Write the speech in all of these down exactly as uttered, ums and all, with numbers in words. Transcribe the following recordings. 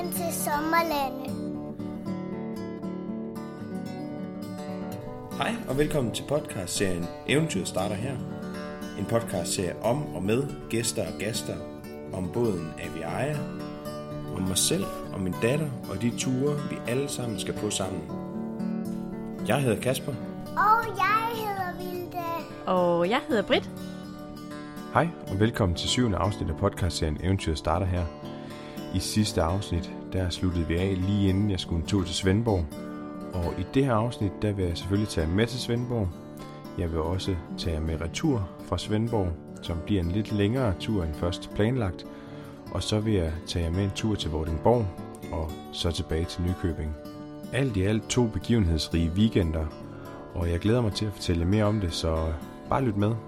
Velkommen til Sommerlandet. Hej og velkommen til podcastserien Eventyret starter her. En podcastserie om og med gæster og gaster om båden Aviaja, om mig selv og min datter og de ture, vi alle sammen skal på sammen. Jeg hedder Kasper. Og jeg hedder Vilde. Og jeg hedder Britt. Hej og velkommen til syvende afsnit af podcastserien Eventyret starter her. I sidste afsnit, der sluttede vi af lige inden jeg skulle en tur til Svendborg. Og i det her afsnit, der vil jeg selvfølgelig tage med til Svendborg. Jeg vil også tage med retur fra Svendborg, som bliver en lidt længere tur end først planlagt. Og så vil jeg tage med en tur til Vordingborg og så tilbage til Nykøbing. Alt i alt to begivenhedsrige weekender, og jeg glæder mig til at fortælle mere om det, så bare lyt med.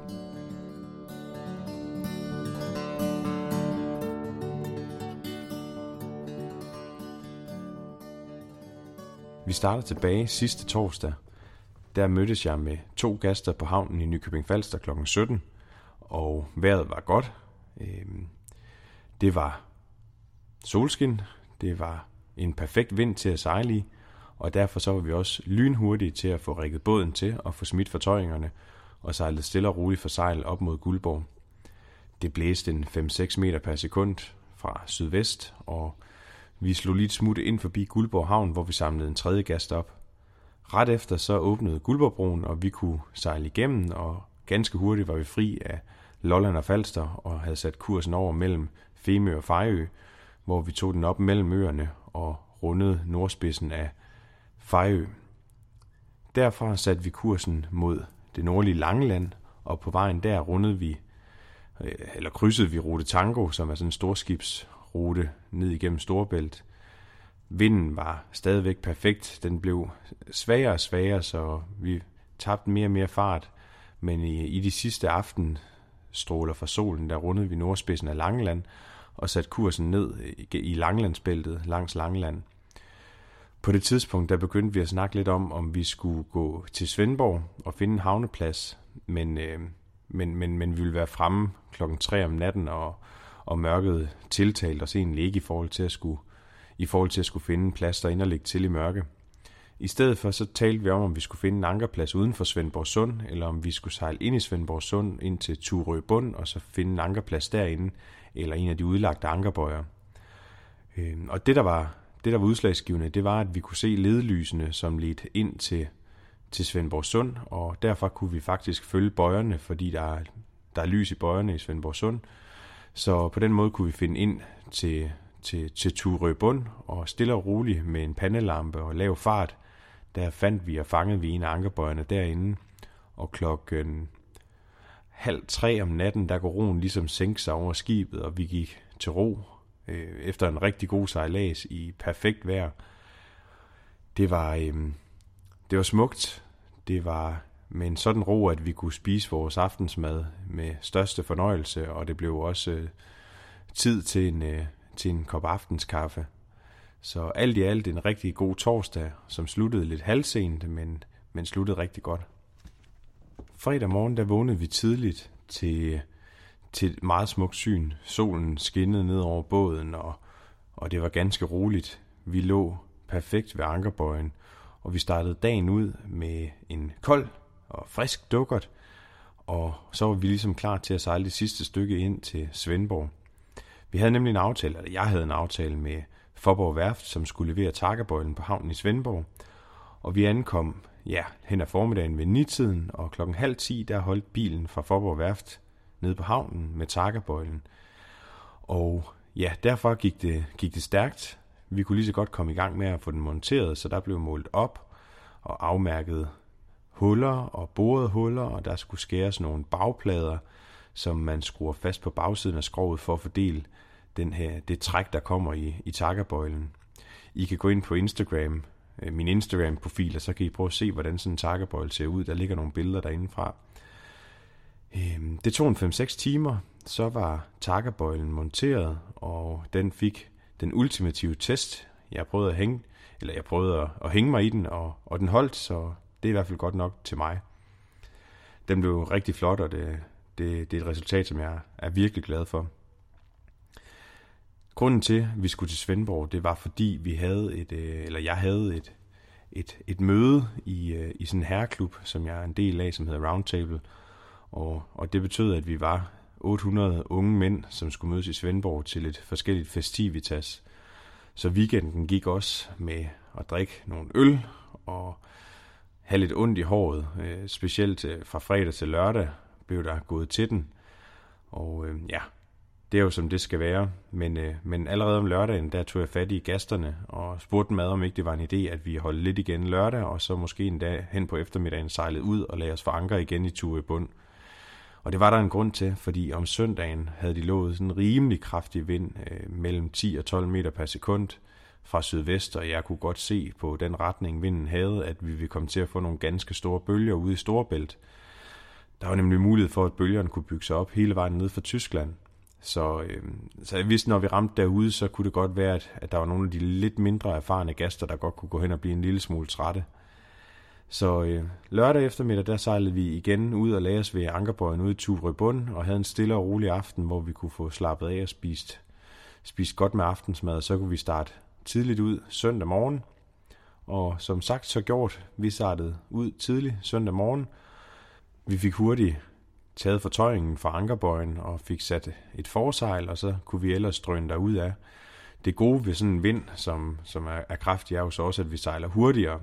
Vi starter tilbage sidste torsdag. Der mødtes jeg med to gæster på havnen i Nykøbing Falster klokken sytten, og vejret var godt. Det var solskin, det var en perfekt vind til at sejle i, og derfor så var vi også lynhurtige til at få rigget båden til og få smidt fortøjningerne og sejlet stille og roligt for sejl op mod Guldborg. Det blæste en fem til seks meter per sekund fra sydvest, og vi slog lige et smut ind forbi Guldborg Havn, hvor vi samlede en tredje gast op. Ret efter så åbnede Guldborgbroen, og vi kunne sejle igennem, og ganske hurtigt var vi fri af Lolland og Falster og havde sat kursen over mellem Femø og Fejø, hvor vi tog den op mellem øerne og rundede nordspidsen af Fejø. Derfra satte vi kursen mod det nordlige Langeland, og på vejen der rundede vi, eller krydsede vi rute Tango, som er sådan en storskibsrute ned igennem Storebælt. Vinden var stadigvæk perfekt. Den blev svagere og svagere, så vi tabte mere og mere fart. Men i, i de sidste aftenstråler fra solen, der rundede vi nordspidsen af Langeland og satte kursen ned i, i Langelandsbæltet langs Langeland. På det tidspunkt, der begyndte vi at snakke lidt om, om vi skulle gå til Svendborg og finde en havneplads. Men, øh, men, men, men vi ville være fremme klokken tre om natten, og, og mørket tiltalte os egentlig ikke i forhold til at skulle i forhold til at skulle finde en plads derinde og ligge til i mørke. I stedet for så talte vi om, om vi skulle finde en ankerplads uden for Svendborg Sund, eller om vi skulle sejle ind i Svendborg Sund ind til Turø Bund, og så finde en ankerplads derinde, eller en af de udlagte ankerbøjer. Og det der var, det, der var udslagsgivende, det var, at vi kunne se ledlysene, som ledte ind til, til Svendborg Sund, og derfor kunne vi faktisk følge bøjerne, fordi der er, der er lys i bøjerne i Svendborg Sund. Så på den måde kunne vi finde ind til til, til Turø Bund, og stille og roligt med en pandelampe og lav fart, der fandt vi og fangede vi en af ankerbøjerne derinde, og klokken halv tre om natten, der går roen ligesom sænke sig over skibet, og vi gik til ro øh, efter en rigtig god sejlads i perfekt vejr. Det var, øh, det var smukt. Det var med en sådan ro, at vi kunne spise vores aftensmad med største fornøjelse, og det blev også øh, tid til en øh, til en kop aftenskaffe. Så alt i alt en rigtig god torsdag, som sluttede lidt halvsent, men, men sluttede rigtig godt. Fredag morgen, der vågnede vi tidligt til, til et meget smukt syn. Solen skinnede ned over båden, og, og det var ganske roligt. Vi lå perfekt ved ankerbøjen, og vi startede dagen ud med en kold og frisk dukkert, og så var vi ligesom klar til at sejle det sidste stykke ind til Svendborg. Vi havde nemlig en aftale, eller jeg havde en aftale med Faaborg Værft, som skulle levere takkebøjlen på havnen i Svendborg. Og vi ankom, ja, hen ad formiddagen ved ni-tiden, og klokken halv ti, der holdt bilen fra Faaborg Værft nede på havnen med takkebøjlen. Og ja, derfor gik det, gik det stærkt. Vi kunne lige så godt komme i gang med at få den monteret, så der blev målt op og afmærket huller og borede huller, og der skulle skæres nogle bagplader, som man skruer fast på bagsiden af skroget for at fordele den her, det træk, der kommer i, i takkebøjlen. I kan gå ind på Instagram, min Instagram-profil, og så kan I prøve at se, hvordan sådan en takkebøjle ser ud. Der ligger nogle billeder derindefra. Det tog en fem til seks timer, så var takkebøjlen monteret, og den fik den ultimative test. Jeg prøvede at hænge, eller jeg prøvede at, at hænge mig i den, og, og den holdt, så det er i hvert fald godt nok til mig. Den blev rigtig flot, og det, det, det er et resultat, som jeg er virkelig glad for. grunden til, at vi skulle til Svendborg, det var fordi vi havde et, øh, eller jeg havde et, et, et møde i, øh, i sådan en herreklub, som jeg er en del af, som hedder Roundtable. Og, og det betød, at vi var otte hundrede unge mænd, som skulle mødes i Svendborg til et forskelligt festivitas. Så weekenden gik også med at drikke nogle øl og have lidt ondt i håret. Øh, specielt øh, fra fredag til lørdag blev der gået til den. Og øh, ja, det er jo som det skal være. Men, øh, men allerede om lørdagen, der tog jeg fat i gæsterne og spurgte dem ad, om ikke det var en idé, at vi holdt lidt igen lørdag, og så måske en dag hen på eftermiddagen sejlede ud og lagde os for anker igen i Turø Bund. Og det var der en grund til, fordi om søndagen havde de lovet sådan en rimelig kraftig vind øh, mellem ti og tolv meter per sekund fra sydvest, og jeg kunne godt se på den retning, vinden havde, at vi ville komme til at få nogle ganske store bølger ude i Storebælt. Der var nemlig mulighed for, at bølgerne kunne bygge sig op hele vejen ned fra Tyskland. Så, øh, så jeg vidste, når vi ramte derude, så kunne det godt være, at, at der var nogle af de lidt mindre erfarne gæster, der godt kunne gå hen og blive en lille smule trætte. Så øh, lørdag eftermiddag, der sejlede vi igen ud og lagde os ved ankerbøjen ude i Turø Bund, og havde en stille og rolig aften, hvor vi kunne få slappet af og spist, spist godt med aftensmad. Så kunne vi starte tidligt ud søndag morgen, og som sagt så gjort, vi startede ud tidligt søndag morgen. Vi fik hurtigt taget fortøjningen fra ankerbøjen og fik sat et forsejl, og så kunne vi ellers drøne derud af. Det gode ved sådan en vind, som, som er, er kraftig, er jo så også, at vi sejler hurtigere.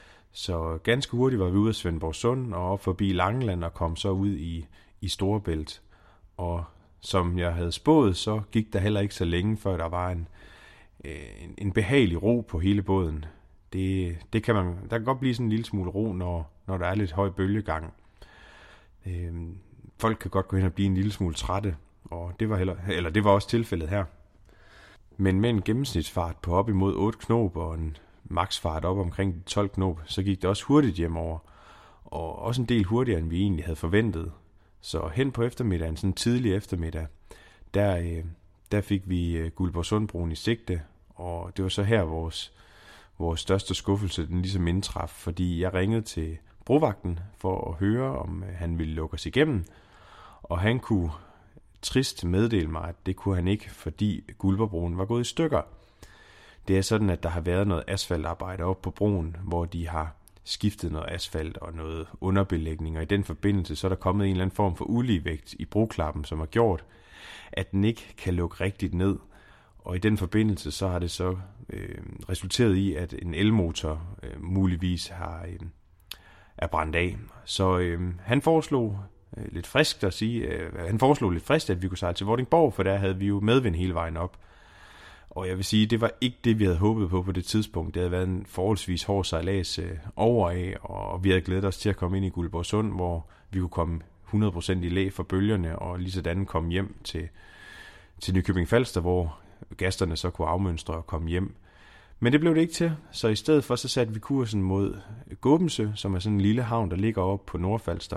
Så ganske hurtigt var vi ude af Svendborg Sund og op forbi Langeland og kom så ud i, i Storebælt. Og som jeg havde spået, så gik der heller ikke så længe, før der var en, en, en behagelig ro på hele båden. Det, det kan man, der kan godt blive sådan en lille smule ro, når, når der er lidt høj bølgegang. Øhm, folk kan godt gå hen og blive en lille smule trætte, og det var, heller, eller det var også tilfældet her. Men med en gennemsnitsfart på op imod otte knop og en maksfart op omkring de tolv knop, så gik det også hurtigt hjemover, og også en del hurtigere, end vi egentlig havde forventet. Så hen på eftermiddagen, sådan tidlig eftermiddag, der, øh, der fik vi øh, Guldborgsundbroen i sigte, og det var så her vores, vores største skuffelse, den ligesom indtraf, fordi jeg ringede til brovagten for at høre, om øh, han ville lukke os igennem, og han kunne trist meddele mig, at det kunne han ikke, fordi Guldborgbroen var gået i stykker. Det er sådan, at der har været noget asfaltarbejde op på broen, hvor de har skiftet noget asfalt og noget underbelægning, og i den forbindelse så er der kommet en eller anden form for uligevægt i broklappen, som har gjort, at den ikke kan lukke rigtigt ned. Og i den forbindelse så har det så øh, resulteret i, at en elmotor øh, muligvis har øh, er brændt af. Så øh, han foreslog øh, lidt frisk at sige, øh, han foreslog lidt frisk, at vi kunne sejle til Vordingborg, for der havde vi jo medvind hele vejen op. Og jeg vil sige, det var ikke det, vi havde håbet på på det tidspunkt. Det havde været en forholdsvis hård sejlads øh, over af, og vi havde glædet os til at komme ind i Guldborgsund, hvor vi kunne komme hundrede procent i læ for bølgerne, og lige sådan komme hjem til, til Nykøbing Falster, hvor gæsterne så kunne afmønstre og komme hjem. Men det blev det ikke til, så i stedet for så satte vi kursen mod Gåbensø, som er sådan en lille havn, der ligger oppe på Nordfalster.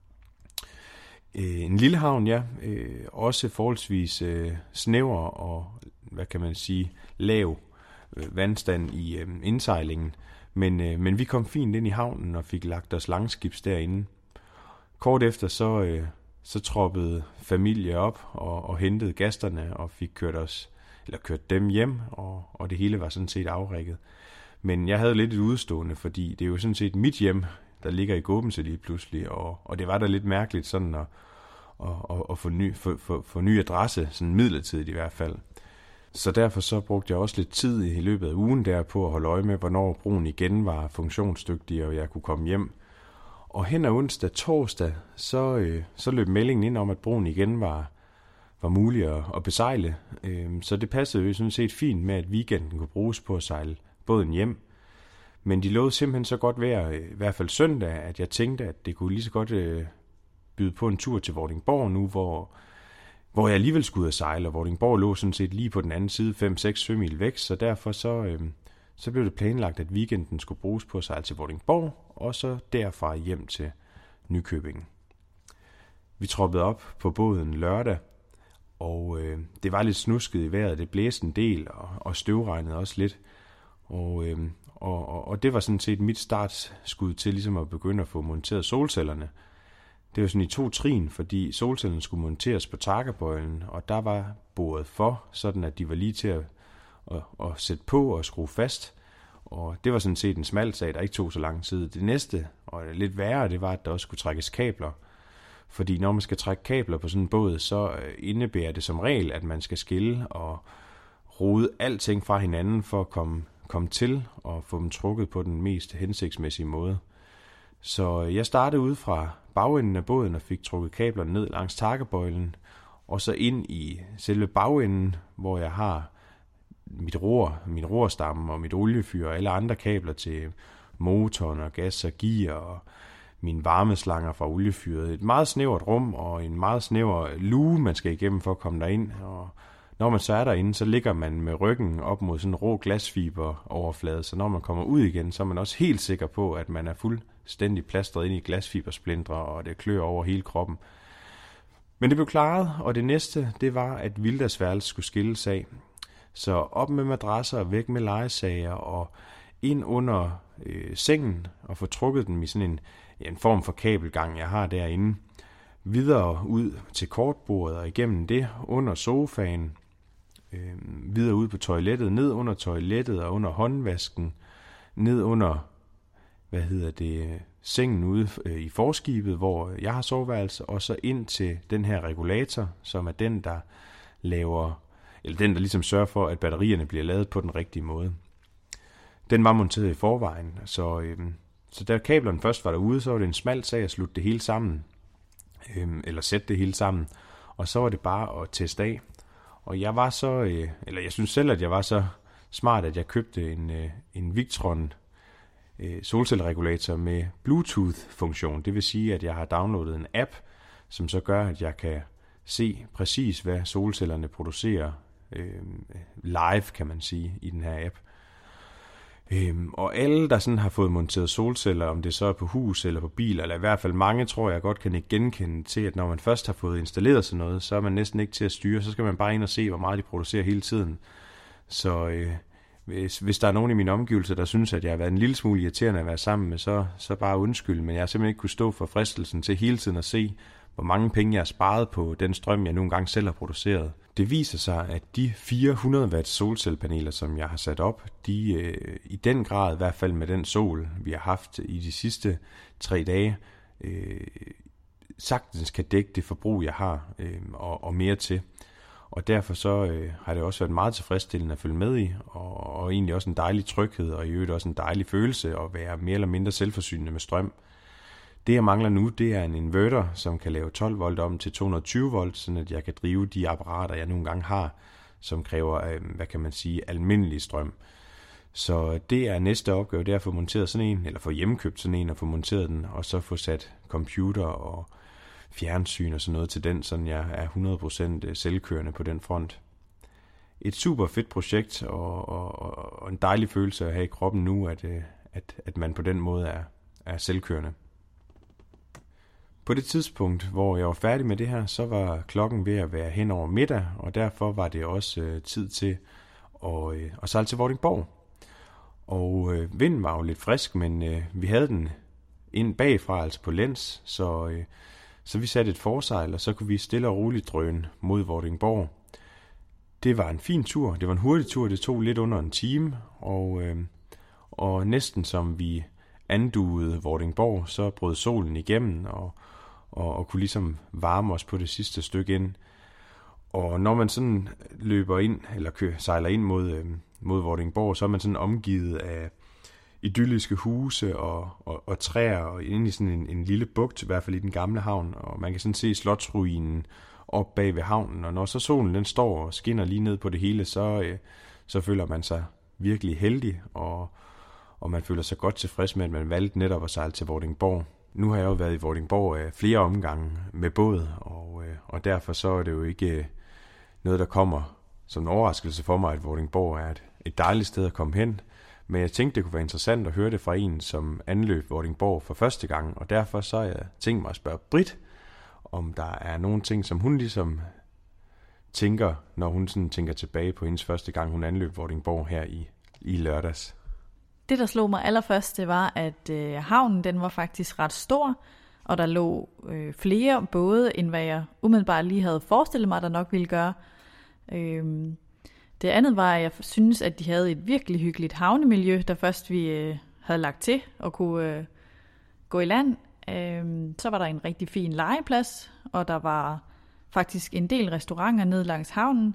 En lille havn, ja, også forholdsvis snæver og, hvad kan man sige, lav vandstand i indsejlingen. Men, men vi kom fint ind i havnen og fik lagt os langskibs derinde. Kort efter så, så troppede familie op og, og hentede gæsterne og fik kørt os, eller kørt dem hjem, og, og det hele var sådan set afrækket. Men jeg havde lidt et udstående, fordi det er jo sådan set mit hjem, der ligger i Gåbensø lige pludselig, og, og det var da lidt mærkeligt sådan at, at, at, at få, ny, for, for, for ny adresse, sådan midlertidigt i hvert fald. Så derfor så brugte jeg også lidt tid i løbet af ugen der på at holde øje med, hvornår broen igen var funktionsdygtig, og jeg kunne komme hjem. Og hen ad onsdag, torsdag, så, øh, så løb meldingen ind om, at broen igen var, var mulig at, at besejle. Øh, så det passede jo sådan set fint med, at weekenden kunne bruges på at sejle båden hjem. Men de lovede simpelthen så godt vejr, i hvert fald søndag, at jeg tænkte, at det kunne lige så godt øh, byde på en tur til Vordingborg nu, hvor, hvor jeg alligevel skulle ud og sejle, og Vordingborg lå sådan set lige på den anden side, fem seks sømil væk, så derfor så, øh, så blev det planlagt, at weekenden skulle bruges på at sejle til Vordingborg, og så derfra hjem til Nykøbing. Vi troppede op på båden lørdag, og øh, det var lidt snusket i vejret, det blæste en del, og, og støvregnede også lidt, og... Øh, Og, og, og det var sådan set mit startskud til ligesom at begynde at få monteret solcellerne. Det var sådan i to trin, fordi solcellen skulle monteres på takkebøjlen, og der var boret for, sådan at de var lige til at, at, at sætte på og skrue fast. Og det var sådan set en smal sag, der ikke tog så lang tid. Det næste, og lidt værre, det var, at der også skulle trækkes kabler. Fordi når man skal trække kabler på sådan en båd, så indebærer det som regel, at man skal skille og rode alting fra hinanden for at komme, komme til og få dem trukket på den mest hensigtsmæssige måde. Så jeg startede ud fra bagenden af båden og fik trukket kablerne ned langs takkebøjlen, og så ind i selve bagenden, hvor jeg har mit ror, min rorstamme og mit oliefyr og alle andre kabler til motoren og gas og gear og mine varmeslanger fra oliefyret. Et meget snævert rum og en meget snæver luge, man skal igennem for at komme derind. Og når man så er derinde, så ligger man med ryggen op mod sådan en rå glasfiberoverflade, så når man kommer ud igen, så er man også helt sikker på, at man er fuldstændig plastret ind i glasfibersplindre, og det klør over hele kroppen. Men det blev klaret, og det næste, det var, at Vildas værelse skulle skilles af. Så op med madrasser, væk med lejesager og ind under øh, sengen og få trukket den i sådan en, en form for kabelgang, jeg har derinde. Videre ud til kortbordet og igennem det under sofaen. Øh, videre ud på toilettet, ned under toilettet og under håndvasken. Ned under, hvad hedder det, sengen ude øh, i forskibet, hvor jeg har soveværelse. Og så ind til den her regulator, som er den, der laver... eller den, der ligesom sørger for, at batterierne bliver lavet på den rigtige måde. Den var monteret i forvejen, så, øhm, så da kablerne først var derude, så var det en smal sag at slutte det hele sammen, øhm, eller sætte det hele sammen, og så var det bare at teste af. Og jeg var så, øh, eller jeg synes selv, at jeg var så smart, at jeg købte en, øh, en Victron øh, solcelleregulator med Bluetooth-funktion. Det vil sige, at jeg har downloadet en app, som så gør, at jeg kan se præcis, hvad solcellerne producerer øh, live, kan man sige, i den her app. Øhm, og alle, der sådan har fået monteret solceller, om det så er på hus eller på bil, eller i hvert fald mange, tror jeg godt kan ikke genkende til, at når man først har fået installeret sådan noget, så er man næsten ikke til at styre, så skal man bare ind og se, hvor meget de producerer hele tiden. Så øh, hvis, hvis der er nogen i mine omgivelser, der synes, at jeg har været en lille smule irriterende at være sammen med, så, så bare undskyld, men jeg har simpelthen ikke kunne stå for fristelsen til hele tiden at se, hvor mange penge jeg har sparet på den strøm, jeg nogle gange selv har produceret. Det viser sig, at de fire hundrede watt solcellepaneler, som jeg har sat op, de øh, i den grad, i hvert fald med den sol, vi har haft i de sidste tre dage, øh, sagtens kan dække det forbrug, jeg har, øh, og, og mere til. Og derfor så øh, har det også været meget tilfredsstillende at følge med i, og, og egentlig også en dejlig tryghed, og i øvrigt også en dejlig følelse at være mere eller mindre selvforsynende med strøm. Det, jeg mangler nu, det er en inverter, som kan lave tolv volt om til to hundrede og tyve volt, så at jeg kan drive de apparater, jeg nogle gange har, som kræver, hvad kan man sige, almindelig strøm. Så det er næste opgave, det er at få monteret sådan en, eller få hjemmekøbt sådan en og få monteret den, og så få sat computer og fjernsyn og sådan noget til den, så jeg er hundrede procent selvkørende på den front. Et super fedt projekt, og, og, og en dejlig følelse at have i kroppen nu, at, at, at man på den måde er, er selvkørende. På det tidspunkt, hvor jeg var færdig med det her, så var klokken ved at være hen over middag, og derfor var det også øh, tid til at, øh, at sejle til Vordingborg. Og øh, vinden var jo lidt frisk, men øh, vi havde den ind bagfra, altså på læns, så, øh, så vi satte et forsejl, og så kunne vi stille og roligt drøne mod Vordingborg. Det var en fin tur, det var en hurtig tur, det tog lidt under en time, og, øh, og næsten som vi anduede Vordingborg, så brød solen igennem, og Og, og kunne ligesom varme os på det sidste stykke ind. Og når man sådan løber ind, eller kører, sejler ind mod, øh, mod Vordingborg, så er man sådan omgivet af idylliske huse og, og, og træer, og inde i sådan en, en lille bugt, i hvert fald i den gamle havn, og man kan sådan se slotsruinen op bag ved havnen, og når så solen den står og skinner lige ned på det hele, så, øh, så føler man sig virkelig heldig, og, og man føler sig godt tilfreds med, at man valgte netop at sejle til Vordingborg. Nu har jeg jo været i Vordingborg øh, flere omgange med båd, og, øh, og derfor så er det jo ikke øh, noget, der kommer som en overraskelse for mig, at Vordingborg er et, et dejligt sted at komme hen. Men jeg tænkte, det kunne være interessant at høre det fra en, som anløb Vordingborg for første gang, og derfor så har jeg tænkt mig at spørge Britt, om der er nogle ting, som hun ligesom tænker, når hun sådan tænker tilbage på hendes første gang, hun anløb Vordingborg her i, i lørdags. Det, der slog mig allerførst, det var, at øh, havnen den var faktisk ret stor, og der lå øh, flere både, end hvad jeg umiddelbart lige havde forestillet mig, der nok ville gøre. Øh, det andet var, at jeg synes, at de havde et virkelig hyggeligt havnemiljø, da først vi øh, havde lagt til og kunne øh, gå i land. Øh, så var der en rigtig fin legeplads, og der var faktisk en del restauranter ned langs havnen.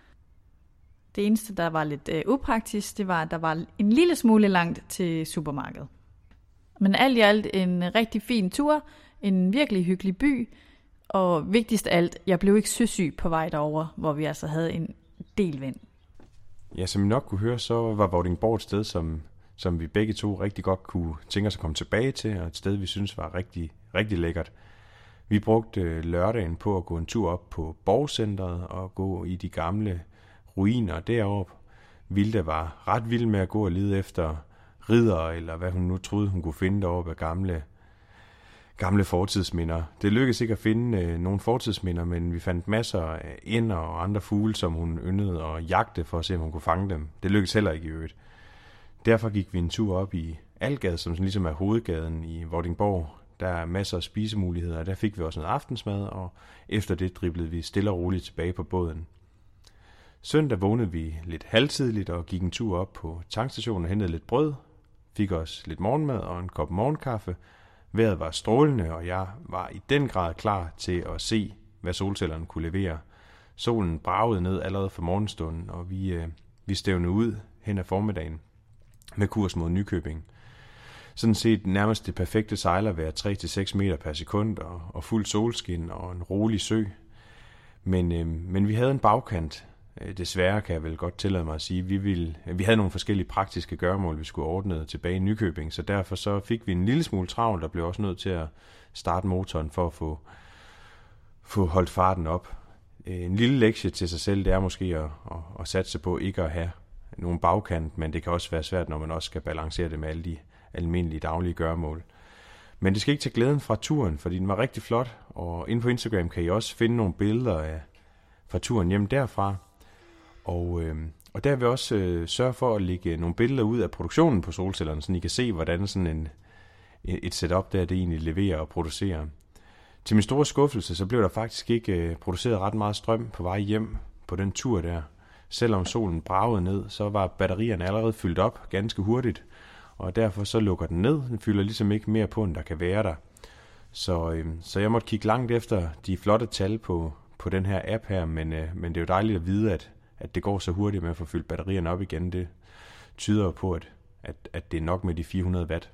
Det eneste, der var lidt øh, upraktisk, det var, at der var en lille smule langt til supermarkedet. Men alt i alt en rigtig fin tur, en virkelig hyggelig by, og vigtigst af alt, jeg blev ikke søsyg på vej derover, hvor vi altså havde en del vind. Ja, som I nok kunne høre, så var Vordingborg et sted, som, som vi begge to rigtig godt kunne tænke os at komme tilbage til, og et sted, vi synes var rigtig, rigtig lækkert. Vi brugte lørdagen på at gå en tur op på Borgcentret og gå i de gamle ruiner deroppe. Vilde var ret vild med at gå og lede efter ridder, eller hvad hun nu troede, hun kunne finde deroppe af gamle, gamle fortidsminder. Det lykkedes ikke at finde øh, nogle fortidsminder, men vi fandt masser af ænder og andre fugle, som hun yndede at jagte for at se, om hun kunne fange dem. Det lykkedes heller ikke i øvrigt. Derfor gik vi en tur op i Algade, som ligesom er hovedgaden i Vordingborg. Der er masser af spisemuligheder, og der fik vi også noget aftensmad, og efter det driblede vi stille og roligt tilbage på båden. Søndag vågnede vi lidt halvtidligt og gik en tur op på tankstationen og hentede lidt brød, fik os lidt morgenmad og en kop morgenkaffe. Vejret var strålende, og jeg var i den grad klar til at se, hvad solcellerne kunne levere. Solen bragede ned allerede for morgenstunden, og vi, øh, vi stævnede ud hen ad formiddagen med kurs mod Nykøbing. Sådan set nærmest det perfekte sejlervejr, tre til seks meter per sekund og, og fuld solskin og en rolig sø. Men, øh, men vi havde en bagkant. Desværre kan jeg vel godt tillade mig at sige, vi ville, vi havde nogle forskellige praktiske gøremål, vi skulle ordne tilbage i Nykøbing, så derfor så fik vi en lille smule travlt og blev også nødt til at starte motoren for at få, få holdt farten op. En lille lektie til sig selv, det er måske at, at, at satse på ikke at have nogen bagkant, men det kan også være svært, når man også skal balancere det med alle de almindelige daglige gøremål. Men det skal ikke tage glæden fra turen, fordi den var rigtig flot, og inde på Instagram kan I også finde nogle billeder af, fra turen hjem derfra. Og, øh, og der vil jeg også øh, sørge for at lægge nogle billeder ud af produktionen på solcellerne, så I kan se, hvordan sådan en, et setup der, det egentlig leverer og producerer. Til min store skuffelse, så blev der faktisk ikke øh, produceret ret meget strøm på vej hjem på den tur der. Selvom solen bragede ned, så var batterierne allerede fyldt op ganske hurtigt, og derfor så lukker den ned. Den fylder ligesom ikke mere på, end der kan være der. Så, øh, så jeg måtte kigge langt efter de flotte tal på, på den her app her, men, øh, men det er jo dejligt at vide, at at det går så hurtigt med at få fyldt batterierne op igen. Det tyder jo på, at, at, at det er nok med de fire hundrede watt.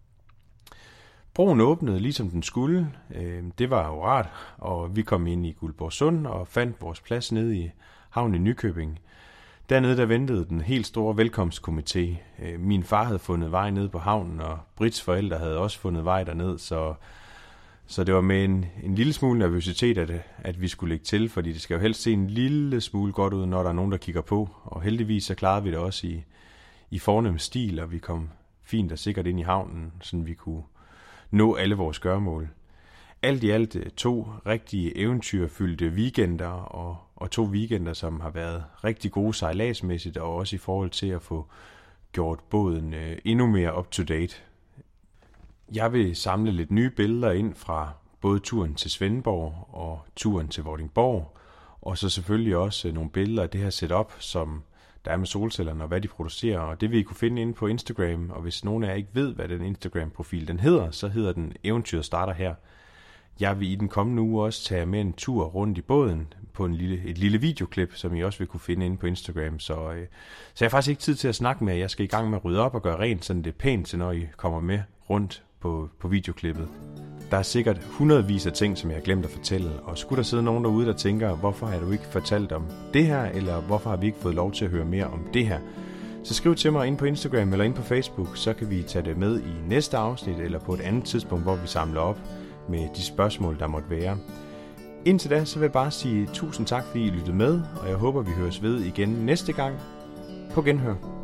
Broen åbnede ligesom den skulle. Det var jo rart, og vi kom ind i Guldborgsund og fandt vores plads nede i havnen i Nykøbing. Dernede der ventede den helt store velkomstkomité. Min far havde fundet vej ned på havnen, og Brits forældre havde også fundet vej derned, så Så det var med en, en lille smule nervøsitet, at, at vi skulle lægge til, fordi det skal jo helst se en lille smule godt ud, når der er nogen, der kigger på. Og heldigvis så klarede vi det også i, i fornem stil, og vi kom fint og sikkert ind i havnen, så vi kunne nå alle vores gøremål. Alt i alt to rigtige eventyrfyldte weekender, og, og to weekender, som har været rigtig gode sejladsmæssigt, og også i forhold til at få gjort båden øh, endnu mere up-to-date. Jeg vil samle lidt nye billeder ind fra både turen til Svendborg og turen til Vordingborg, og så selvfølgelig også nogle billeder af det her setup, som der er med solcellerne og hvad de producerer, og det vil I kunne finde inde på Instagram, og hvis nogen af jer ikke ved, hvad den Instagram-profil den hedder, så hedder den Eventyret starter her. Jeg vil i den kommende uge også tage med en tur rundt i båden på en lille, et lille videoklip, som I også vil kunne finde inde på Instagram. Så, øh, så jeg har faktisk ikke tid til at snakke med jer. Jeg skal i gang med at rydde op og gøre rent, så det er pænt til, når I kommer med rundt på, på videoklippet. Der er sikkert hundredvis af ting, som jeg har glemt at fortælle, og skulle der sidde nogen derude, der tænker, hvorfor har du ikke fortalt om det her, eller hvorfor har vi ikke fået lov til at høre mere om det her, så skriv til mig ind på Instagram eller ind på Facebook, så kan vi tage det med i næste afsnit, eller på et andet tidspunkt, hvor vi samler op med de spørgsmål, der måtte være. Indtil da, så vil jeg bare sige tusind tak, fordi I lyttede med, og jeg håber, vi høres ved igen næste gang. På genhør.